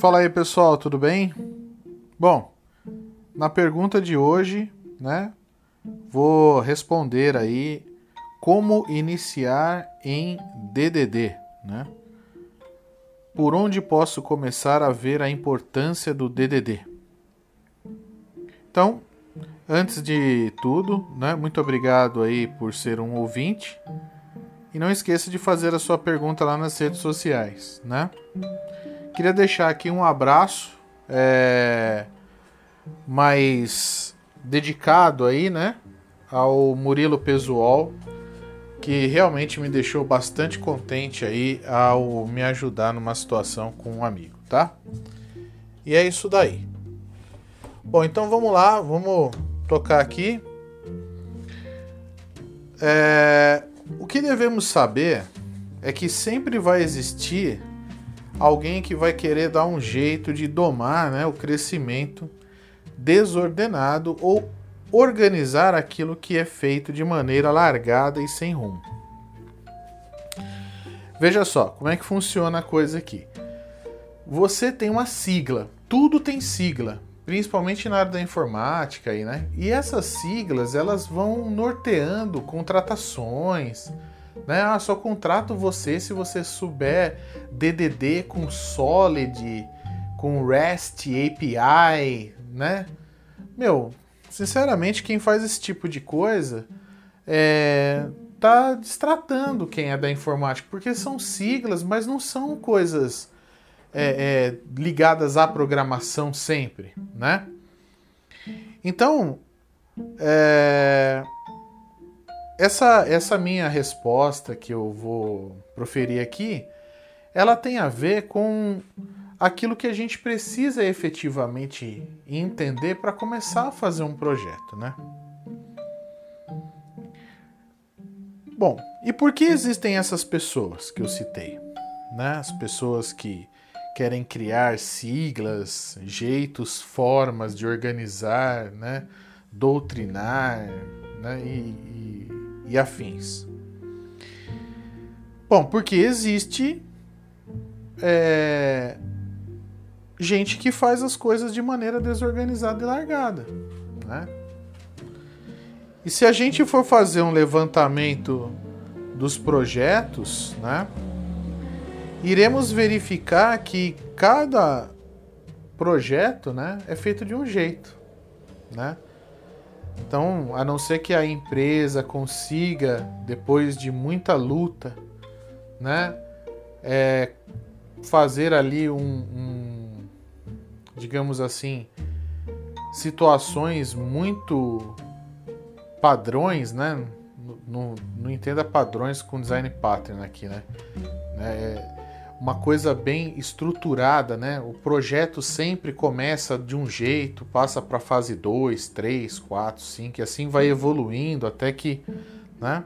Fala aí, pessoal, tudo bem? Bom, na pergunta de hoje, né, vou responder aí como iniciar em DDD, né? Por onde posso começar a ver a importância do DDD? Então, antes de tudo, né, muito obrigado aí por ser um ouvinte e não esqueça de fazer a sua pergunta lá nas redes sociais, né? Queria deixar aqui um abraço mais dedicado aí, né, ao Murilo Pesuol, que realmente me deixou bastante contente aí ao me ajudar numa situação com um amigo, tá? E é isso daí. Bom, então vamos lá, vamos tocar aqui. O que devemos saber é que sempre vai existir alguém que vai querer dar um jeito de domar, né, o crescimento desordenado ou organizar aquilo que é feito de maneira largada e sem rumo. Veja só, como é que funciona a coisa aqui. Você tem uma sigla, tudo tem sigla, principalmente na área da informática aí, né? E essas siglas, elas vão norteando contratações, né? Ah, só contrato você se você souber DDD com Solid, com REST API, né? Meu, sinceramente, quem faz esse tipo de coisa tá destratando quem é da informática, porque são siglas, mas não são coisas ligadas à programação sempre, né? Então, essa minha resposta que eu vou proferir aqui, ela tem a ver com aquilo que a gente precisa efetivamente entender para começar a fazer um projeto, né? Bom, e por que existem essas pessoas que eu citei, né? As pessoas que querem criar siglas, jeitos, formas de organizar, né? Doutrinar, né? E afins. Bom, porque existe gente que faz as coisas de maneira desorganizada e largada, né? E se a gente for fazer um levantamento dos projetos, né, iremos verificar que cada projeto, né, é feito de um jeito, né? Então, a não ser que a empresa consiga, depois de muita luta, né, fazer ali digamos assim, situações muito padrões, né? Não entenda padrões com design pattern aqui, né? Uma coisa bem estruturada, né? O projeto sempre começa de um jeito, passa para fase 2, 3, 4, 5, e assim vai evoluindo até que, né?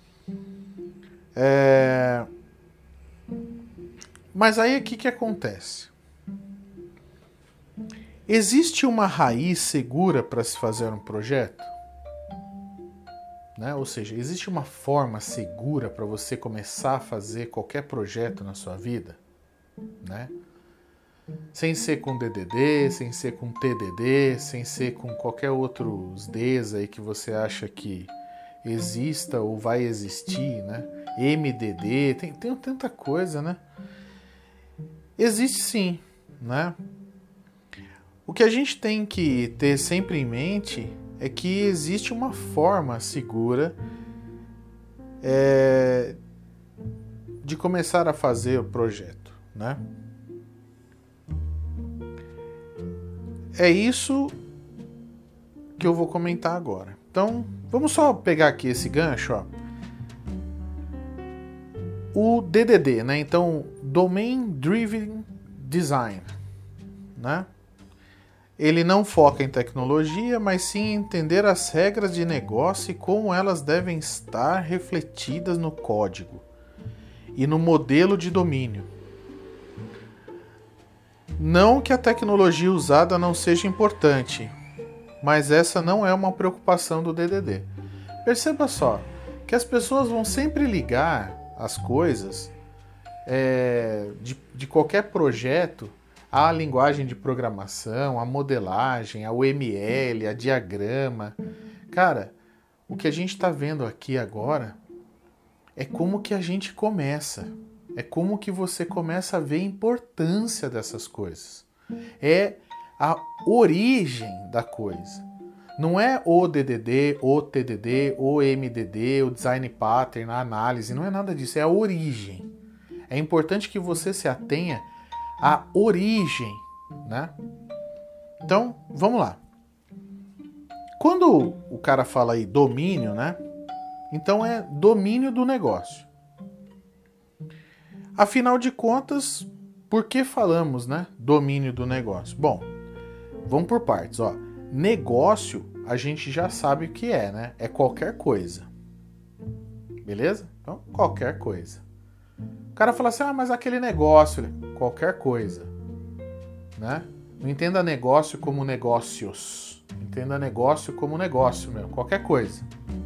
Mas aí o que acontece? Existe uma raiz segura para se fazer um projeto? Né? Ou seja, existe uma forma segura para você começar a fazer qualquer projeto na sua vida? Né? Sem ser com DDD, sem ser com TDD, sem ser com qualquer outros Ds aí que você acha que exista ou vai existir, né? MDD, tem tanta coisa, né? Existe sim, né? O que a gente tem que ter sempre em mente é que existe uma forma segura de começar a fazer o projeto, né? É isso que eu vou comentar agora. Então, vamos só pegar aqui esse gancho, ó. O DDD, né? Então, Domain Driven Design, né? Ele não foca em tecnologia, mas sim em entender as regras de negócio e como elas devem estar refletidas no código e no modelo de domínio. Não que a tecnologia usada não seja importante, mas essa não é uma preocupação do DDD. Perceba só que as pessoas vão sempre ligar as coisas de qualquer projeto a linguagem de programação, a modelagem, a UML, a diagrama. Cara, o que a gente está vendo aqui agora é como que a gente começa. É como que você começa a ver a importância dessas coisas. É a origem da coisa. Não é o DDD, o TDD, o MDD, o Design Pattern, a análise. Não é nada disso, é a origem. É importante que você se atenha à origem, né? Então, vamos lá. Quando o cara fala aí domínio, né? Então é domínio do negócio. Afinal de contas, por que falamos, né? Domínio do negócio? Bom, vamos por partes, ó. Negócio, a gente já sabe o que é, né? É qualquer coisa. Beleza? Então, qualquer coisa. O cara fala assim, mas aquele negócio, qualquer coisa, né? Não entenda negócio como negócios. Entenda negócio como negócio, meu. Qualquer coisa.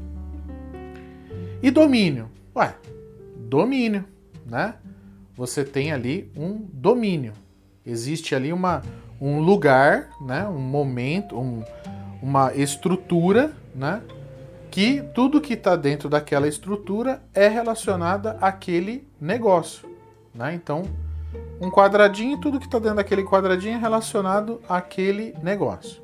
E domínio? Ué, domínio, né? Você tem ali um domínio. Existe ali um lugar, né? Um momento, uma estrutura, né? Que tudo que está dentro daquela estrutura é relacionada àquele negócio, né? Então, um quadradinho, tudo que está dentro daquele quadradinho é relacionado àquele negócio.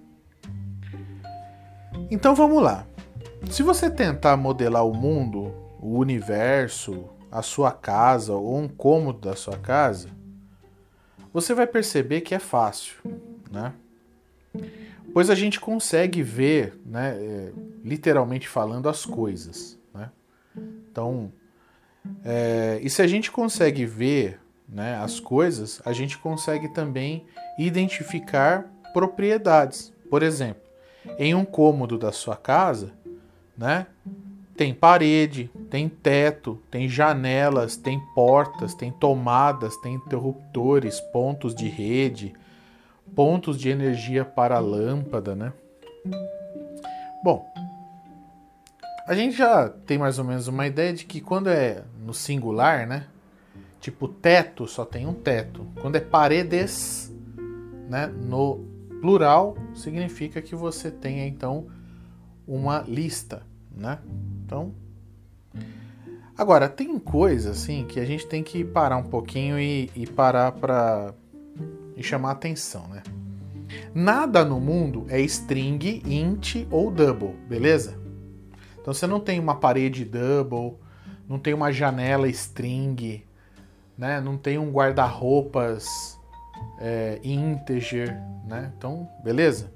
Então, vamos lá. Se você tentar modelar o mundo, o universo, a sua casa ou um cômodo da sua casa, você vai perceber que é fácil, né? Pois a gente consegue ver, né, literalmente falando, as coisas, né? Então, e se a gente consegue ver, né, as coisas, a gente consegue também identificar propriedades. Por exemplo, em um cômodo da sua casa, né, tem parede, tem teto, tem janelas, tem portas, tem tomadas, tem interruptores, pontos de rede, pontos de energia para a lâmpada, né? Bom, a gente já tem mais ou menos uma ideia de que quando é no singular, né? Tipo teto, só tem um teto. Quando é paredes, né? No plural, significa que você tenha então uma lista, né? Então, agora tem coisas assim que a gente tem que parar um pouquinho e parar para chamar atenção, né? Nada no mundo é string, int ou double, beleza? Então você não tem uma parede double, não tem uma janela string, né? Não tem um guarda-roupas integer, né? Então, beleza?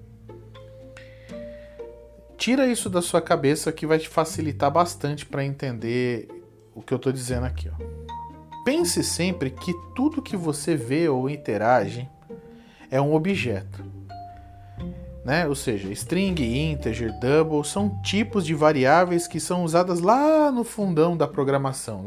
Tira isso da sua cabeça que vai te facilitar bastante para entender o que eu estou dizendo aqui, ó. Pense sempre que tudo que você vê ou interage é um objeto, né? Ou seja, string, integer, double são tipos de variáveis que são usadas lá no fundão da programação,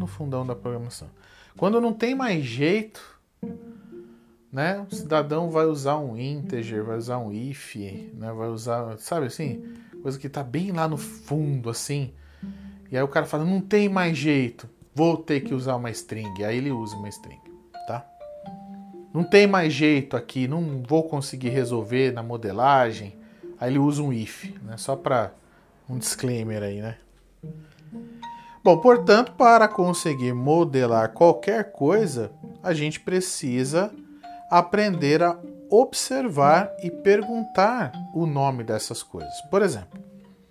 Quando não tem mais jeito, né? O cidadão vai usar um integer, vai usar um if, né? Vai usar, sabe assim, coisa que tá bem lá no fundo, assim. E aí o cara fala, não tem mais jeito, vou ter que usar uma string. Aí ele usa uma string, tá? Não tem mais jeito aqui, não vou conseguir resolver na modelagem. Aí ele usa um if, né? Só para um disclaimer aí, né? Bom, portanto, para conseguir modelar qualquer coisa, a gente precisa aprender a observar e perguntar o nome dessas coisas. Por exemplo,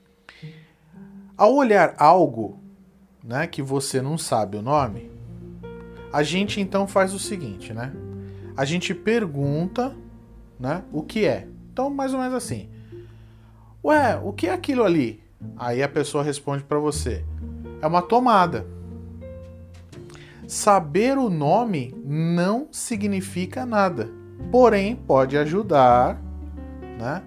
ao olhar algo, né, que você não sabe o nome, a gente então faz o seguinte, né? A gente pergunta, né, o que é. Então, mais ou menos assim. Ué, o que é aquilo ali? Aí a pessoa responde para você. É uma tomada. Saber o nome não significa nada, porém pode ajudar, né,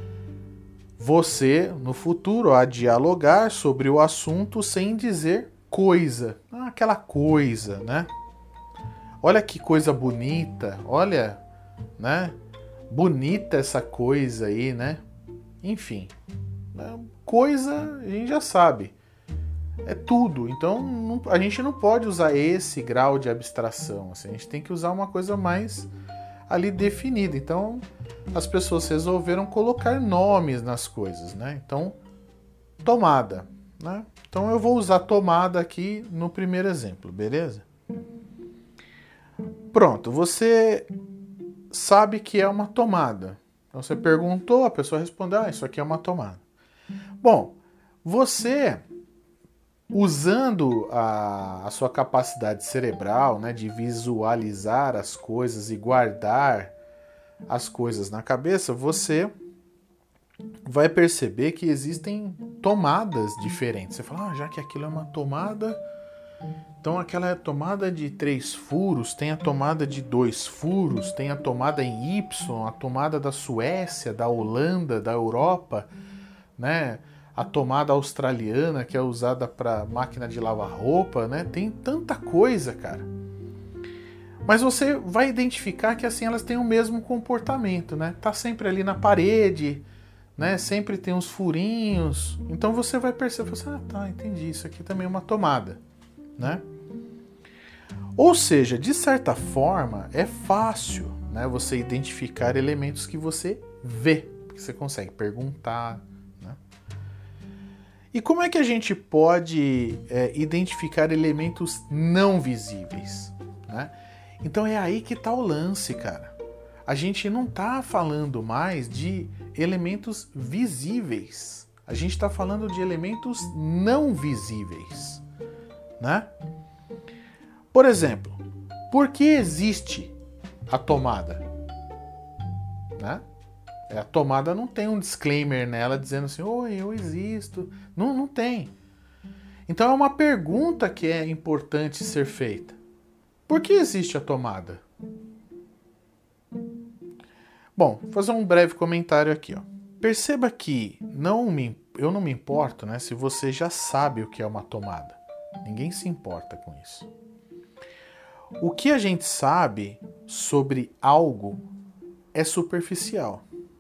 você no futuro a dialogar sobre o assunto sem dizer coisa. Aquela coisa, né? Olha que coisa bonita, olha, né? Bonita essa coisa aí, né? Enfim, coisa a gente já sabe. É tudo, então a gente não pode usar esse grau de abstração, assim, a gente tem que usar uma coisa mais ali definida. Então, as pessoas resolveram colocar nomes nas coisas, né? Então, tomada, né? Então, eu vou usar tomada aqui no primeiro exemplo, beleza? Pronto, você sabe que é uma tomada. Então, você perguntou, a pessoa respondeu, isso aqui é uma tomada. Bom, você, usando a sua capacidade cerebral, né, de visualizar as coisas e guardar as coisas na cabeça, você vai perceber que existem tomadas diferentes. Você fala, já que aquilo é uma tomada, então aquela é a tomada de 3 furos, tem a tomada de 2 furos, tem a tomada em Y, a tomada da Suécia, da Holanda, da Europa, né? A tomada australiana que é usada para máquina de lavar roupa, né? Tem tanta coisa, cara. Mas você vai identificar que assim elas têm o mesmo comportamento, né? Tá sempre ali na parede, né? Sempre tem uns furinhos. Então você vai perceber, tá, entendi, isso aqui também é uma tomada, né? Ou seja, de certa forma, é fácil, né, você identificar elementos que você vê, porque você consegue perguntar, né? E como é que a gente pode identificar elementos não visíveis, né? Então é aí que está o lance, cara. A gente não está falando mais de elementos visíveis. A gente está falando de elementos não visíveis, né? Por exemplo, por que existe a tomada? Né? A tomada não tem um disclaimer nela dizendo assim, oi, eu existo. Não tem. Então é uma pergunta que é importante ser feita. Por que existe a tomada? Bom, vou fazer um breve comentário aqui. Ó. Perceba que eu não me importo, né, se você já sabe o que é uma tomada. Ninguém se importa com isso. O que a gente sabe sobre algo é superficial.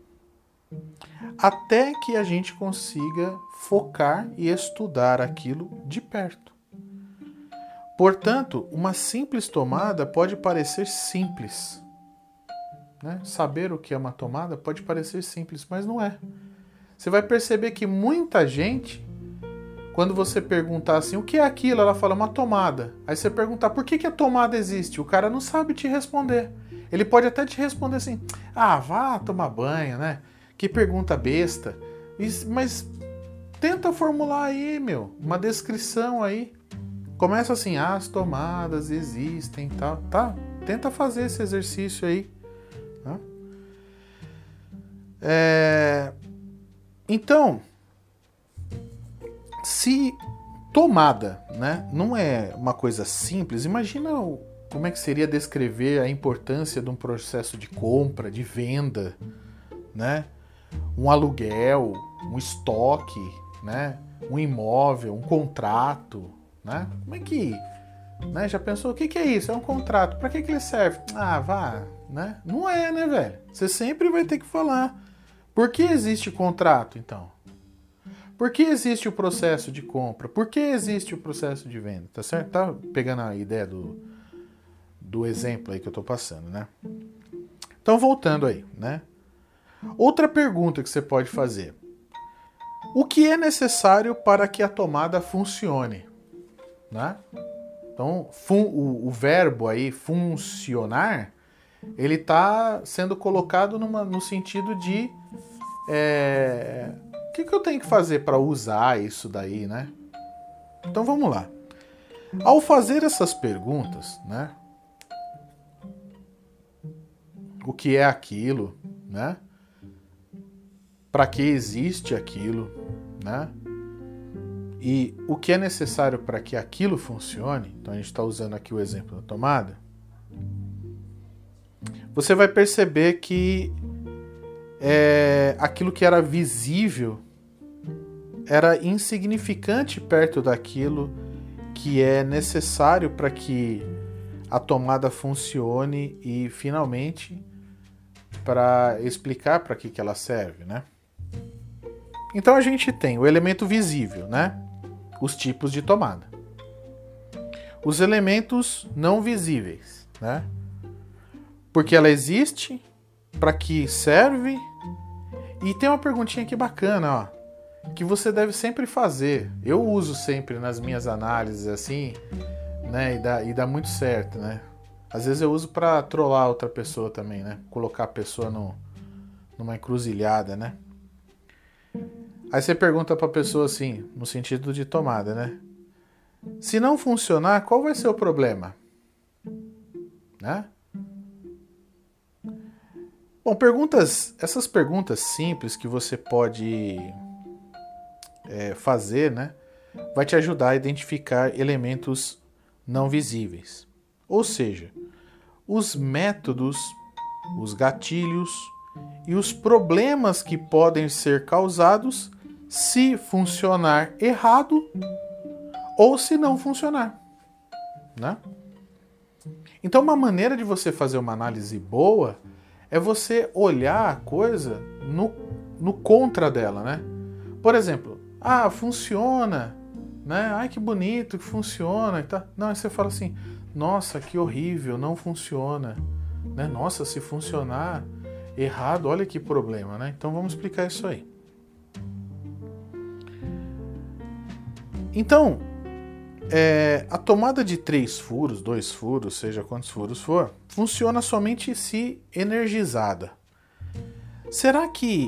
Até que a gente consiga focar e estudar aquilo de perto. Portanto, uma simples tomada pode parecer simples. Né? Saber o que é uma tomada pode parecer simples, mas não é. Você vai perceber que muita gente, quando você perguntar assim, o que é aquilo? Ela fala, uma tomada. Aí você perguntar, por que a tomada existe? O cara não sabe te responder. Ele pode até te responder assim, vá tomar banho, né? Que pergunta besta. Mas tenta formular aí, uma descrição aí. Começa assim, as tomadas existem, tal, tá? Tenta fazer esse exercício aí. Tá? Então, se tomada, né, não é uma coisa simples, imagina como é que seria descrever a importância de um processo de compra, de venda, né? Um aluguel, um estoque, né? Um imóvel, um contrato, né? Como é que... Né? Já pensou, o que é isso? É um contrato. Para que ele serve? Vá, né? Não é, né, velho? Você sempre vai ter que falar. Por que existe contrato, então? Por que existe o processo de compra? Por que existe o processo de venda? Tá certo? Tá pegando a ideia do exemplo aí que eu tô passando, né? Então, voltando aí, né? Outra pergunta que você pode fazer. O que é necessário para que a tomada funcione? Né? Então, o verbo aí, funcionar, ele está sendo colocado no sentido de o que eu tenho que fazer para usar isso daí, né? Então vamos lá. Ao fazer essas perguntas, né? O que é aquilo, né? Para que existe aquilo, né? E o que é necessário para que aquilo funcione, então a gente está usando aqui o exemplo da tomada, você vai perceber que aquilo que era visível era insignificante perto daquilo que é necessário para que a tomada funcione e, finalmente, para explicar para que ela serve, né? Então a gente tem o elemento visível, né? Os tipos de tomada. Os elementos não visíveis, né? porque ela existe, para que serve. E tem uma perguntinha aqui bacana, ó, que você deve sempre fazer. Eu uso sempre nas minhas análises assim, né, e dá muito certo, né? Às vezes eu uso para trollar outra pessoa também, né? Colocar a pessoa numa encruzilhada, né? Aí você pergunta para a pessoa assim, no sentido de tomada, né? Se não funcionar, qual vai ser o problema? Né? Bom, essas perguntas simples que você pode fazer, né? Vai te ajudar a identificar elementos não visíveis. Ou seja, os métodos, os gatilhos e os problemas que podem ser causados se funcionar errado ou se não funcionar, né? Então, uma maneira de você fazer uma análise boa é você olhar a coisa no contra dela, né? Por exemplo, funciona, né? Ai, que bonito que funciona e tá. Não, aí você fala assim, nossa, que horrível, não funciona, né? Nossa, se funcionar errado, olha que problema, né? Então vamos explicar isso aí. Então, a tomada de 3 furos, 2 furos, seja quantos furos for, funciona somente se energizada. Será que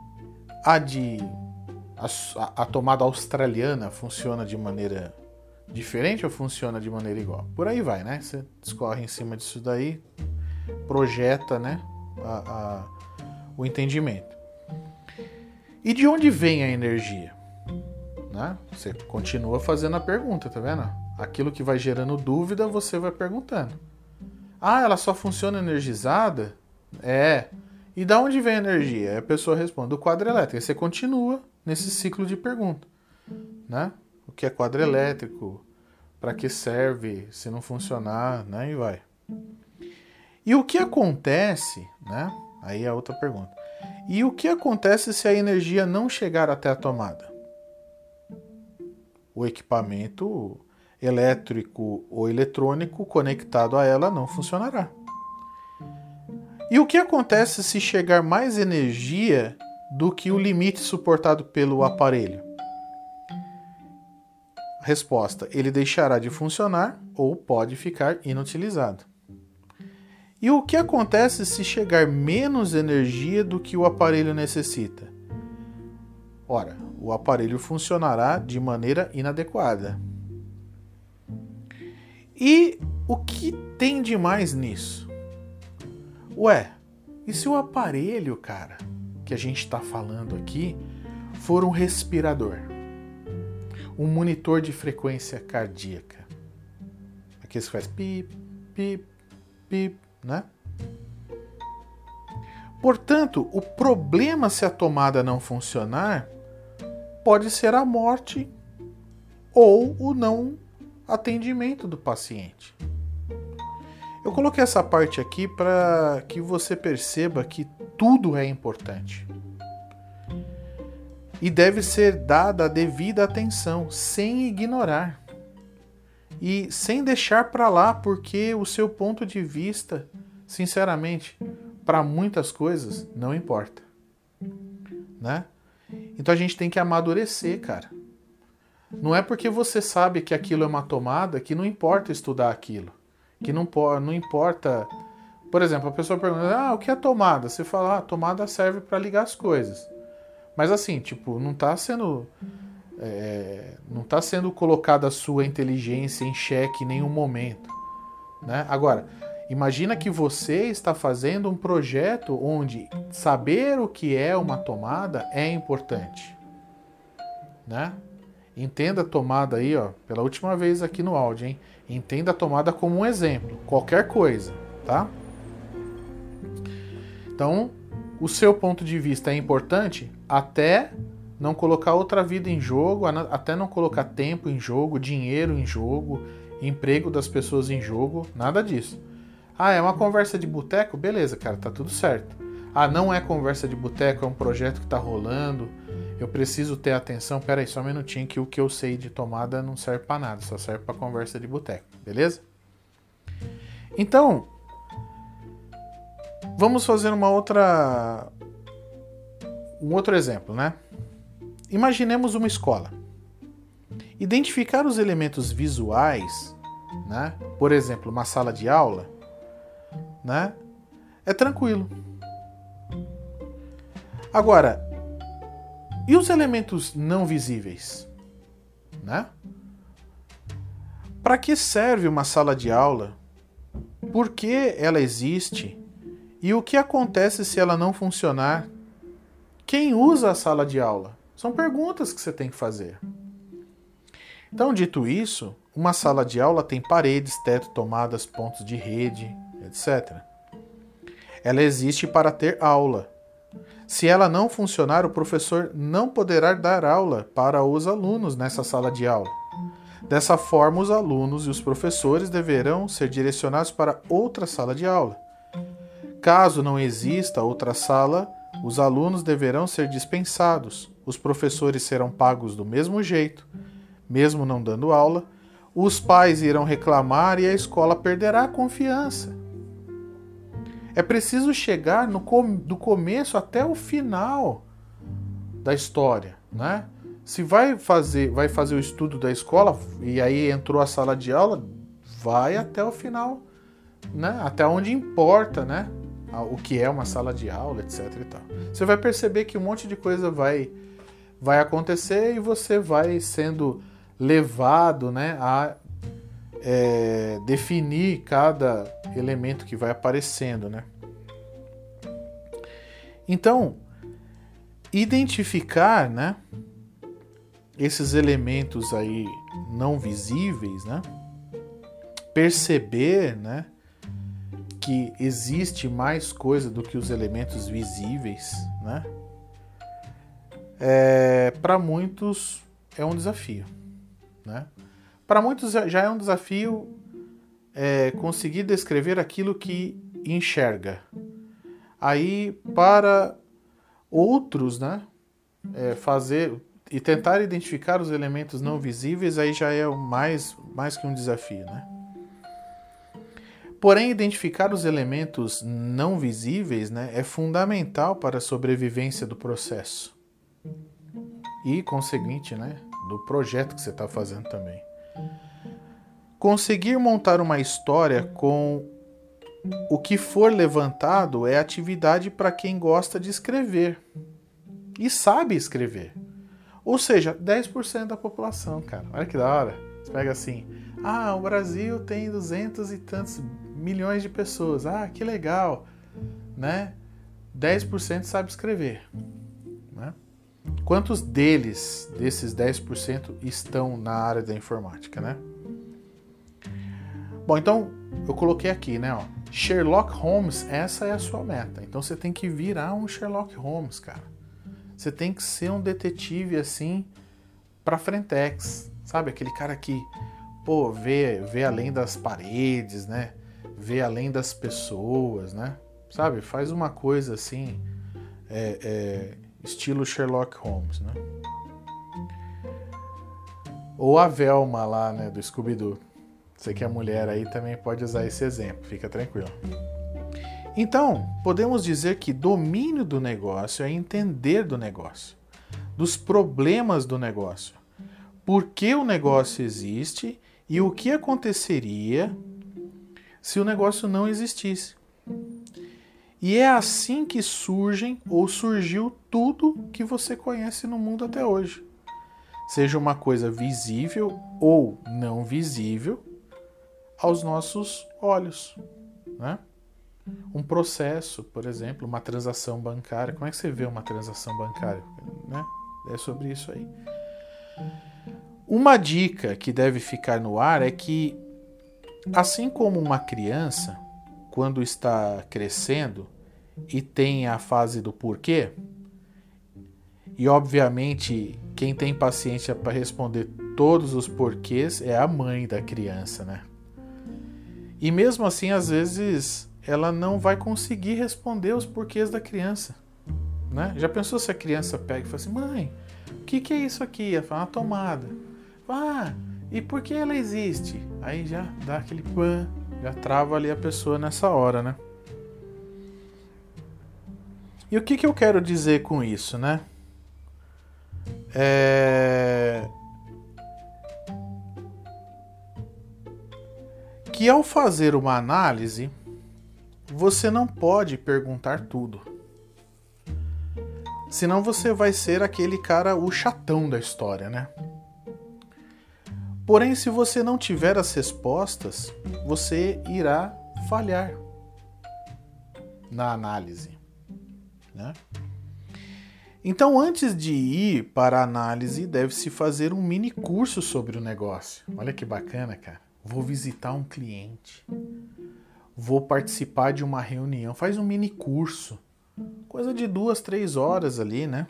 a tomada australiana funciona de maneira diferente ou funciona de maneira igual? Por aí vai, né? Você discorre em cima disso daí, projeta, né, o entendimento. E de onde vem a energia? Né? Você continua fazendo a pergunta, tá vendo? Aquilo que vai gerando dúvida, você vai perguntando. Ela só funciona energizada? E da onde vem a energia? Aí a pessoa responde, do quadro elétrico. Aí você continua nesse ciclo de pergunta, né? O que é quadro elétrico? Para que serve? Se não funcionar, né? E vai. E o que acontece, né? Aí é outra pergunta. E o que acontece se a energia não chegar até a tomada? O equipamento elétrico ou eletrônico conectado a ela não funcionará. E o que acontece se chegar mais energia do que o limite suportado pelo aparelho? Resposta: ele deixará de funcionar ou pode ficar inutilizado. E o que acontece se chegar menos energia do que o aparelho necessita? Ora, o aparelho funcionará de maneira inadequada. E o que tem de mais nisso? E se o aparelho, cara, que a gente está falando aqui, for um respirador? Um monitor de frequência cardíaca? Aqui que faz pip, pip, pip, né? Portanto, o problema se a tomada não funcionar pode ser a morte ou o não atendimento do paciente. Eu coloquei essa parte aqui para que você perceba que tudo é importante. E deve ser dada a devida atenção, sem ignorar. E sem deixar para lá, porque o seu ponto de vista, sinceramente, para muitas coisas, não importa. Né? Então a gente tem que amadurecer, cara. Não é porque você sabe que aquilo é uma tomada que não importa estudar aquilo. Que não importa... Por exemplo, a pessoa pergunta, o que é tomada? Você fala, a tomada serve para ligar as coisas. Mas assim, tipo, não está sendo colocada a sua inteligência em xeque em nenhum momento. Né? Agora, imagina que você está fazendo um projeto onde saber o que é uma tomada é importante. Né? Entenda a tomada aí, ó, pela última vez aqui no áudio, hein? Entenda a tomada como um exemplo, qualquer coisa, tá? Então, o seu ponto de vista é importante até não colocar outra vida em jogo, até não colocar tempo em jogo, dinheiro em jogo, emprego das pessoas em jogo, nada disso. É uma conversa de boteco? Beleza, cara, tá tudo certo. Não é conversa de boteco, é um projeto que tá rolando, eu preciso ter atenção. Pera aí, só um minutinho que o que eu sei de tomada não serve pra nada, só serve pra conversa de boteco, beleza? Então, Vamos fazer um outro exemplo, né? Imaginemos uma escola. Identificar os elementos visuais, né? Por exemplo, uma sala de aula, né? É tranquilo. Agora, e os elementos não visíveis, né? Para que serve uma sala de aula? Por que ela existe? E o que acontece se ela não funcionar? Quem usa a sala de aula? São perguntas que você tem que fazer. Então, dito isso, uma sala de aula tem paredes, teto, tomadas, pontos de rede, etc. Ela existe para ter aula. Se ela não funcionar, o professor não poderá dar aula para os alunos nessa sala de aula. Dessa forma, os alunos e os professores deverão ser direcionados para outra sala de aula. Caso não exista outra sala, os alunos deverão ser dispensados. Os professores serão pagos do mesmo jeito, mesmo não dando aula. Os pais irão reclamar e a escola perderá a confiança. É preciso chegar do começo até o final da história, né? Se vai fazer o estudo da escola e aí entrou a sala de aula, vai até o final, né? Até onde importa, né? O que é uma sala de aula, etc. e tal. Você vai perceber que um monte de coisa vai acontecer e você vai sendo levado, né, a definir cada elemento que vai aparecendo, né? Então, identificar, né, esses elementos aí não visíveis, né? Perceber, né, que existe mais coisa do que os elementos visíveis, né? Para muitos é um desafio, né? Para muitos já é um desafio conseguir descrever aquilo que enxerga. Aí, para outros, né, fazer e tentar identificar os elementos não visíveis, aí já é mais que um desafio, né? Porém, identificar os elementos não visíveis, né, é fundamental para a sobrevivência do processo e, conseguinte, né, do projeto que você está fazendo também. Conseguir montar uma história com o que for levantado é atividade para quem gosta de escrever e sabe escrever. Ou seja, 10% da população, cara. Olha que da hora. Você pega assim, o Brasil tem 200 e tantos milhões de pessoas. Que legal, né? 10% sabe escrever, né? Quantos desses 10%, estão na área da informática, né? Bom, então, eu coloquei aqui, né, ó, Sherlock Holmes, essa é a sua meta. Então você tem que virar um Sherlock Holmes, cara. Você tem que ser um detetive, assim, pra frentex. Sabe, aquele cara que, vê além das paredes, né? Vê além das pessoas, né? Sabe, faz uma coisa assim, estilo Sherlock Holmes, né? Ou a Velma lá, né, do Scooby-Doo. Você que é mulher aí também pode usar esse exemplo, fica tranquilo. Então, podemos dizer que domínio do negócio é entender do negócio, dos problemas do negócio, por que o negócio existe e o que aconteceria se o negócio não existisse. E é assim que surgiu tudo que você conhece no mundo até hoje. Seja uma coisa visível ou não visível aos nossos olhos, né? Um processo, por exemplo, uma transação bancária. Como é que você vê uma transação bancária, né? É sobre isso aí. Uma dica que deve ficar no ar é que, assim como uma criança, quando está crescendo e tem a fase do porquê, e obviamente quem tem paciência para responder todos os porquês é a mãe da criança, né? E mesmo assim, às vezes, ela não vai conseguir responder os porquês da criança, né? Já pensou se a criança pega e fala assim, mãe, o que é isso aqui? Ela fala, uma tomada. E por que ela existe? Aí já dá aquele já trava ali a pessoa nessa hora, né? E o que eu quero dizer com isso, né? Que ao fazer uma análise, você não pode perguntar tudo. Senão você vai ser aquele cara, o chatão da história, né? Porém, se você não tiver as respostas, você irá falhar na análise, né? Então, antes de ir para a análise, deve-se fazer um mini curso sobre o negócio. Olha que bacana, cara. Vou visitar um cliente. Vou participar de uma reunião. Faz um mini curso. Coisa de 2, 3 horas ali, né?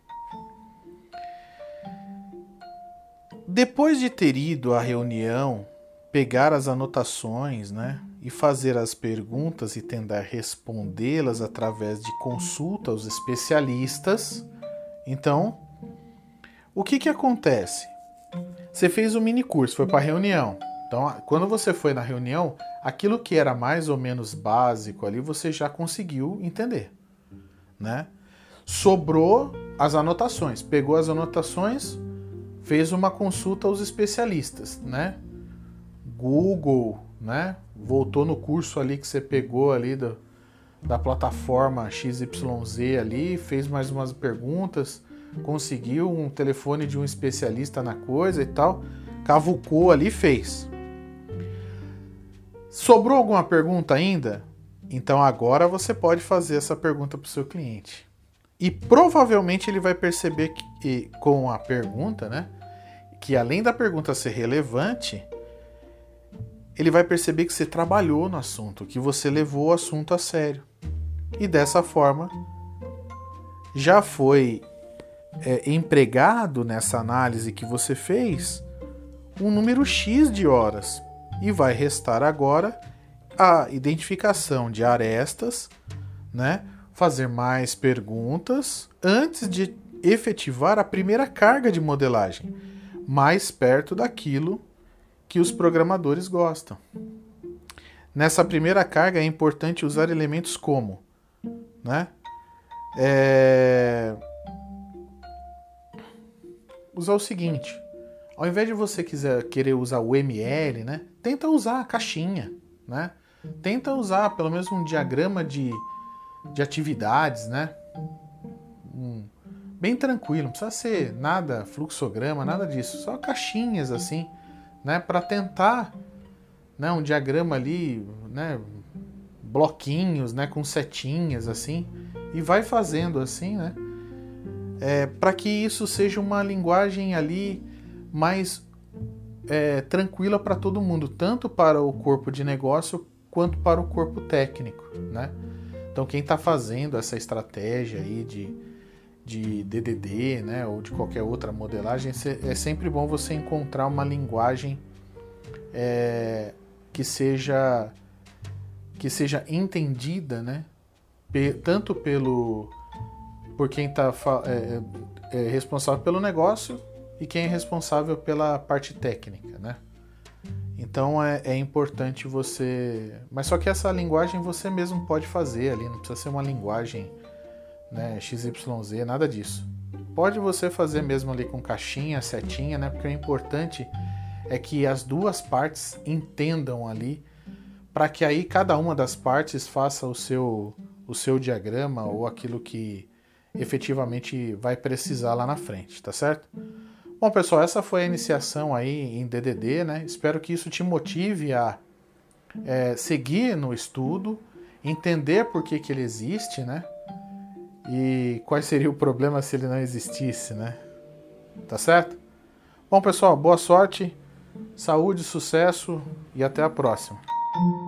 Depois de ter ido à reunião, pegar as anotações, né? E fazer as perguntas e tentar respondê-las através de consulta aos especialistas. Então, o que acontece? Você fez um mini curso, foi para a reunião. Então, quando você foi na reunião, aquilo que era mais ou menos básico ali, você já conseguiu entender, né? Sobrou as anotações, pegou as anotações, fez uma consulta aos especialistas, né? Google, né? Voltou no curso ali que você pegou ali da plataforma XYZ ali, fez mais umas perguntas, conseguiu um telefone de um especialista na coisa e tal, cavucou ali e fez. Sobrou alguma pergunta ainda? Então agora você pode fazer essa pergunta para o seu cliente. E provavelmente ele vai perceber que, com a pergunta, né, que além da pergunta ser relevante, ele vai perceber que você trabalhou no assunto, que você levou o assunto a sério. E dessa forma, já foi empregado nessa análise que você fez um número X de horas. E vai restar agora a identificação de arestas, né? Fazer mais perguntas antes de efetivar a primeira carga de modelagem, mais perto daquilo que os programadores gostam. Nessa primeira carga é importante usar elementos como, né? Usar o seguinte: ao invés de você querer usar o ML, né? Tenta usar a caixinha, né? Tenta usar pelo menos um diagrama de atividades, né? Bem tranquilo, não precisa ser nada fluxograma, nada disso, só caixinhas assim, né? Para tentar, né? Um diagrama ali, né? Bloquinhos, né? Com setinhas assim, e vai fazendo assim, né? Para que isso seja uma linguagem ali mais tranquila para todo mundo, tanto para o corpo de negócio quanto para o corpo técnico, né? Então quem está fazendo essa estratégia aí de DDD, né, ou de qualquer outra modelagem, é sempre bom você encontrar uma linguagem que seja entendida, né, tanto por quem está responsável pelo negócio e quem é responsável pela parte técnica, né? Então é importante você... Mas só que essa linguagem você mesmo pode fazer ali, não precisa ser uma linguagem, né, XYZ, nada disso. Pode você fazer mesmo ali com caixinha, setinha, né? Porque o importante é que as duas partes entendam ali, para que aí cada uma das partes faça o seu diagrama ou aquilo que efetivamente vai precisar lá na frente, tá certo? Bom, pessoal, essa foi a iniciação aí em DDD, né? Espero que isso te motive a seguir no estudo, entender por que ele existe, né? E qual seria o problema se ele não existisse, né? Tá certo? Bom, pessoal, boa sorte, saúde, sucesso e até a próxima.